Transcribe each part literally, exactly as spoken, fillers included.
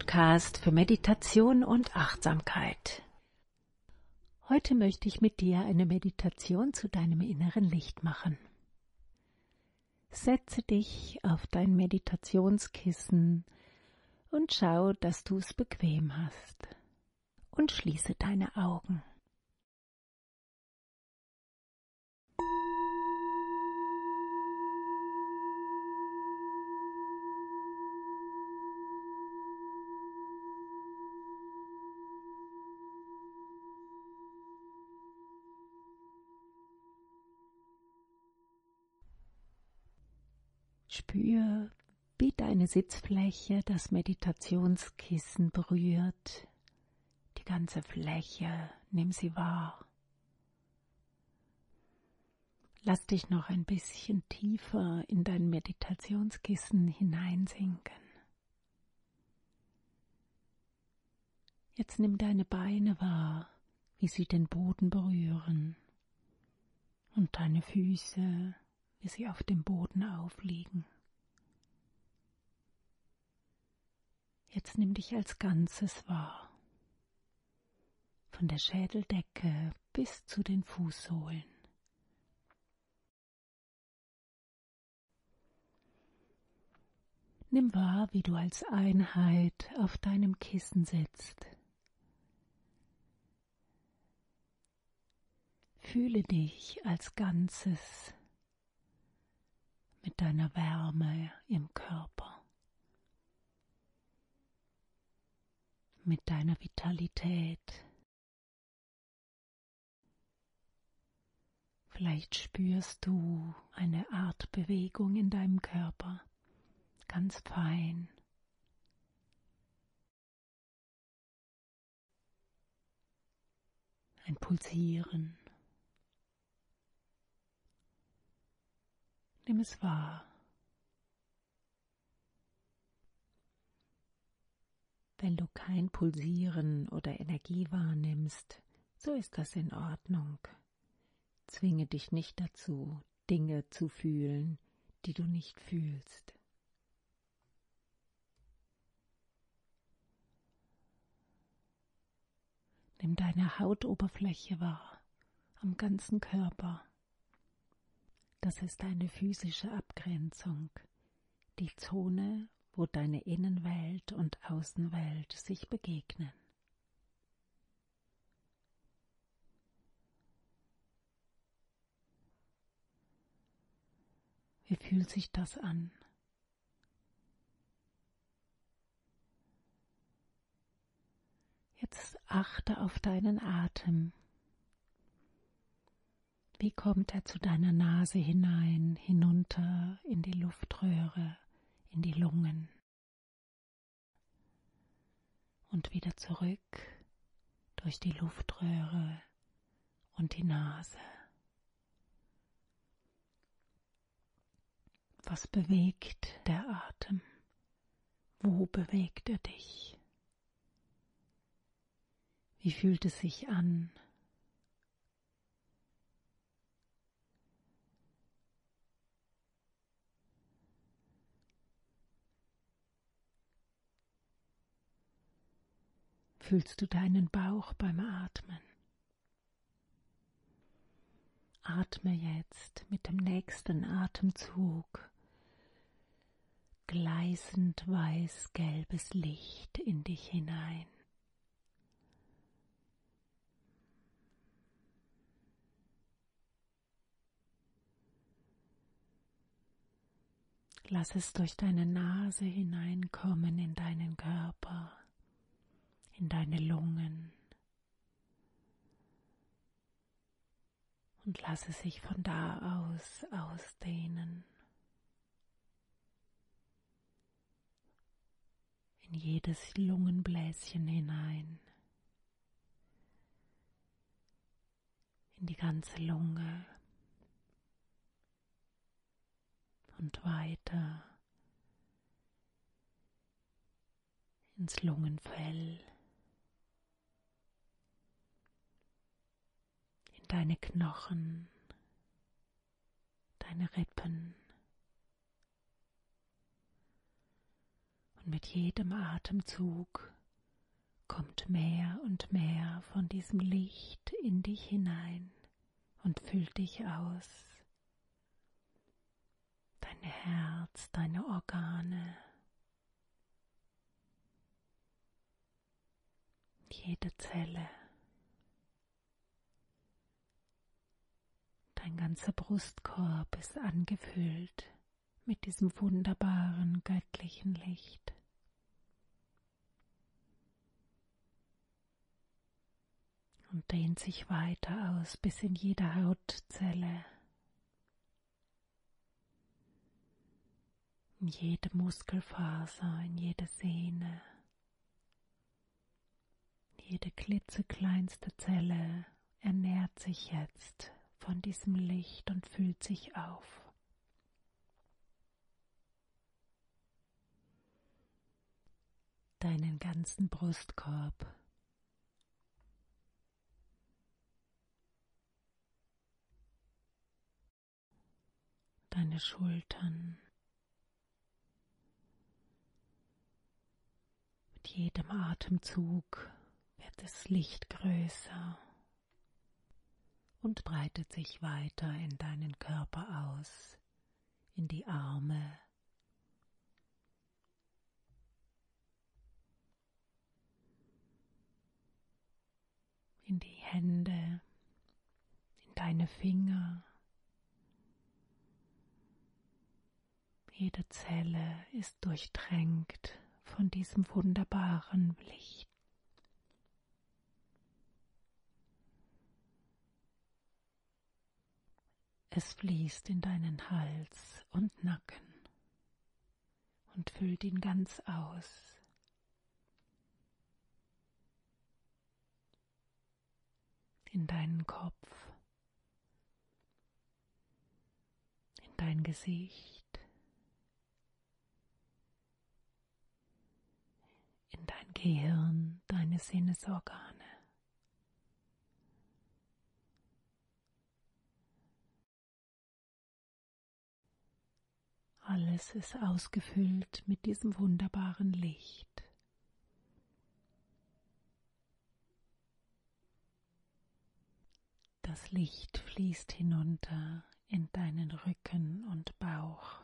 Podcast für Meditation und Achtsamkeit. Heute möchte ich mit dir eine Meditation zu deinem inneren Licht machen. Setze dich auf dein Meditationskissen und schau, dass du es bequem hast. Und schließe deine Augen. Spür, wie deine Sitzfläche das Meditationskissen berührt. Die ganze Fläche, nimm sie wahr. Lass dich noch ein bisschen tiefer in dein Meditationskissen hineinsinken. Jetzt nimm deine Beine wahr, wie sie den Boden berühren, und deine Füße, wie sie auf dem Boden aufliegen. Jetzt nimm dich als Ganzes wahr, von der Schädeldecke bis zu den Fußsohlen. Nimm wahr, wie du als Einheit auf deinem Kissen sitzt. Fühle dich als Ganzes mit deiner Wärme im Körper, mit deiner Vitalität. Vielleicht spürst du eine Art Bewegung in deinem Körper, ganz fein. Ein Pulsieren. Nimm es wahr. Wenn du kein Pulsieren oder Energie wahrnimmst, so ist das in Ordnung. Zwinge dich nicht dazu, Dinge zu fühlen, die du nicht fühlst. Nimm deine Hautoberfläche wahr, am ganzen Körper. Das ist eine physische Abgrenzung, die Zone, wo deine Innenwelt und Außenwelt sich begegnen. Wie fühlt sich das an? Jetzt achte auf deinen Atem. Wie kommt er zu deiner Nase hinein, hinunter in die Luftröhre, in die Lungen und wieder zurück durch die Luftröhre und die Nase? Was bewegt der Atem? Wo bewegt er dich? Wie fühlt es sich an? Fühlst du deinen Bauch beim Atmen? Atme jetzt mit dem nächsten Atemzug gleißend weiß-gelbes Licht in dich hinein. Lass es durch deine Nase hineinkommen in deinen Körper, in deine Lungen und lass es sich von da aus ausdehnen. In jedes Lungenbläschen hinein, in die ganze Lunge und weiter ins Lungenfell, in deine Knochen, deine Rippen Und mit jedem Atemzug kommt mehr und mehr von diesem Licht in dich hinein und füllt dich aus. Dein Herz, deine Organe, jede Zelle, dein ganzer Brustkorb ist angefüllt mit diesem wunderbaren göttlichen Licht. Und dehnt sich weiter aus bis in jede Hautzelle, in jede Muskelfaser, in jede Sehne. Jede klitzekleinste Zelle ernährt sich jetzt von diesem Licht und füllt sich auf. Deinen ganzen Brustkorb, deine Schultern. Mit jedem Atemzug wird das Licht größer und breitet sich weiter in deinen Körper aus, in die Arme, in die Hände, in deine Finger. Jede Zelle ist durchtränkt von diesem wunderbaren Licht. Es fließt in deinen Hals und Nacken und füllt ihn ganz aus. In deinen Kopf, in dein Gesicht, in dein Gehirn, deine Sinnesorgane. Alles ist ausgefüllt mit diesem wunderbaren Licht. Das Licht fließt hinunter in deinen Rücken und Bauch.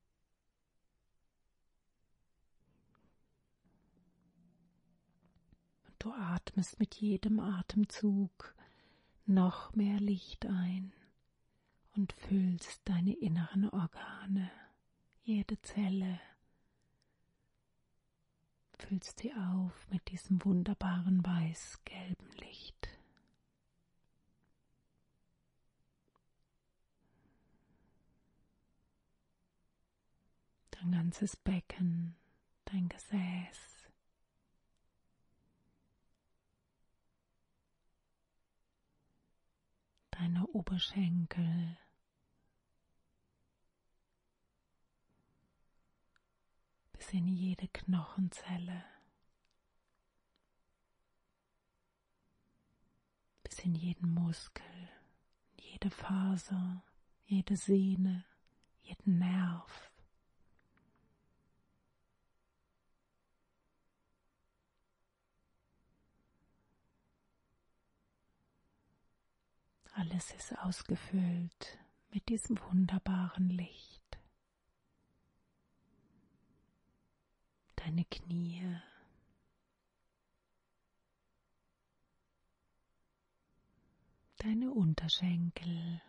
Und du atmest mit jedem Atemzug noch mehr Licht ein und füllst deine inneren Organe, jede Zelle, füllst sie auf mit diesem wunderbaren weiß-gelben Licht. Dein ganzes Becken, dein Gesäß, deine Oberschenkel, bis in jede Knochenzelle, bis in jeden Muskel, jede Faser, jede Sehne, jeden Nerv. Alles ist ausgefüllt mit diesem wunderbaren Licht. Deine Knie, deine Unterschenkel,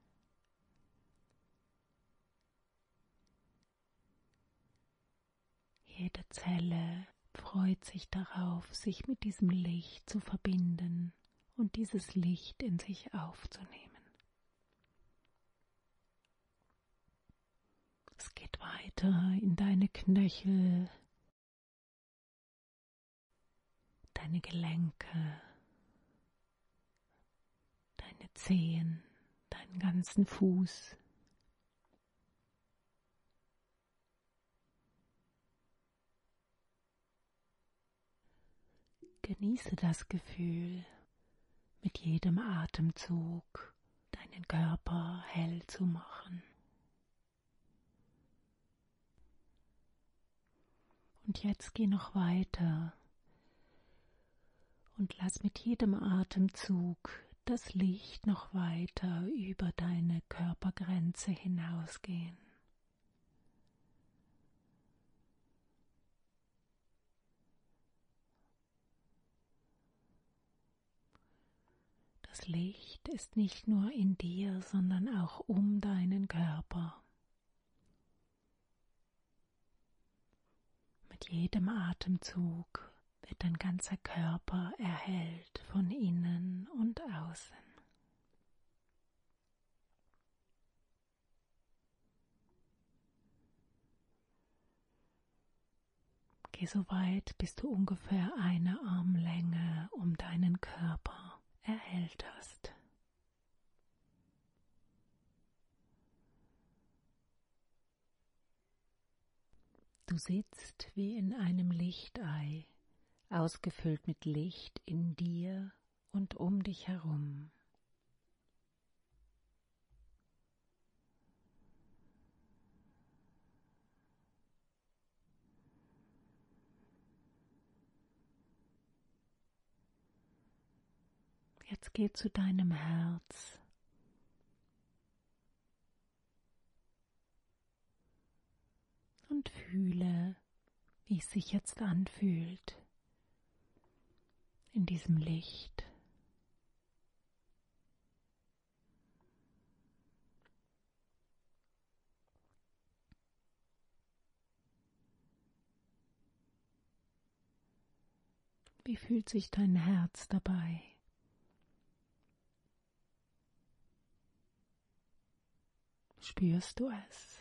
jede Zelle freut sich darauf, sich mit diesem Licht zu verbinden und dieses Licht in sich aufzunehmen. Es geht weiter in deine Knöchel, deine Gelenke, deine Zehen, deinen ganzen Fuß. Genieße das Gefühl, mit jedem Atemzug deinen Körper hell zu machen. Und Und jetzt geh noch weiter und lass mit jedem Atemzug das Licht noch weiter über deine Körpergrenze hinausgehen. Das Licht ist nicht nur in dir, sondern auch um deinen Körper. Mit jedem Atemzug wird dein ganzer Körper erhellt von innen und außen. Geh so weit, bis du ungefähr eine Armlänge um deinen Körper erhellt hast. Du sitzt wie in einem Lichtei, ausgefüllt mit Licht in dir und um dich herum. Jetzt geh zu deinem Herz. Und fühle, wie es sich jetzt anfühlt in diesem Licht. Wie fühlt sich dein Herz dabei? Spürst du es?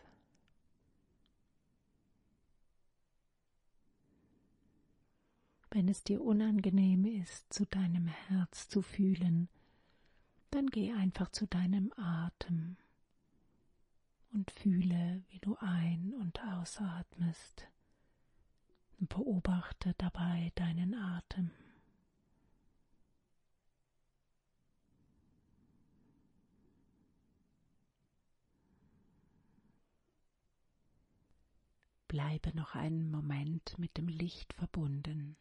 Wenn es dir unangenehm ist, zu deinem Herz zu fühlen, dann geh einfach zu deinem Atem und fühle, wie du ein- und ausatmest und beobachte dabei deinen Atem. Bleibe noch einen Moment mit dem Licht verbunden.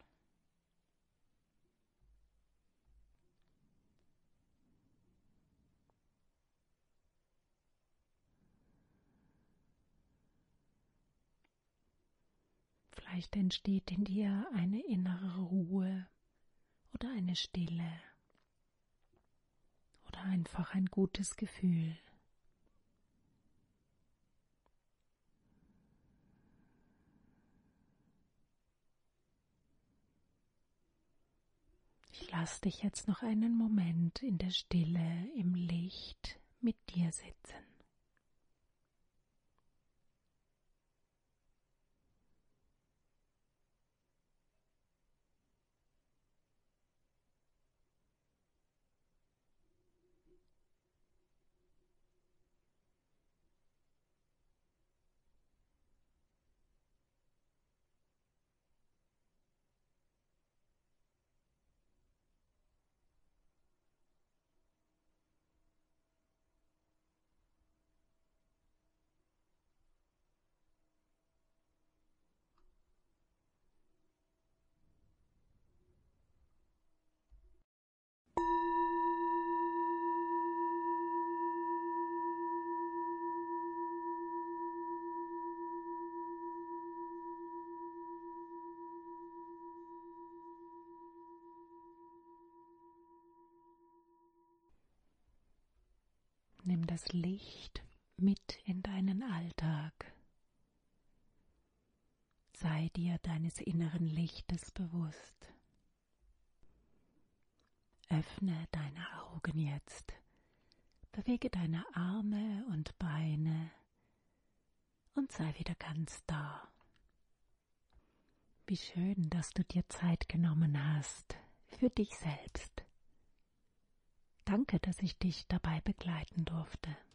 Vielleicht entsteht in dir eine innere Ruhe oder eine Stille oder einfach ein gutes Gefühl. Ich lasse dich jetzt noch einen Moment in der Stille, im Licht mit dir sitzen. Nimm das Licht mit in deinen Alltag. Sei dir deines inneren Lichtes bewusst. Öffne deine Augen jetzt. Bewege deine Arme und Beine und sei wieder ganz da. Wie schön, dass du dir Zeit genommen hast für dich selbst. Danke, dass ich dich dabei begleiten durfte.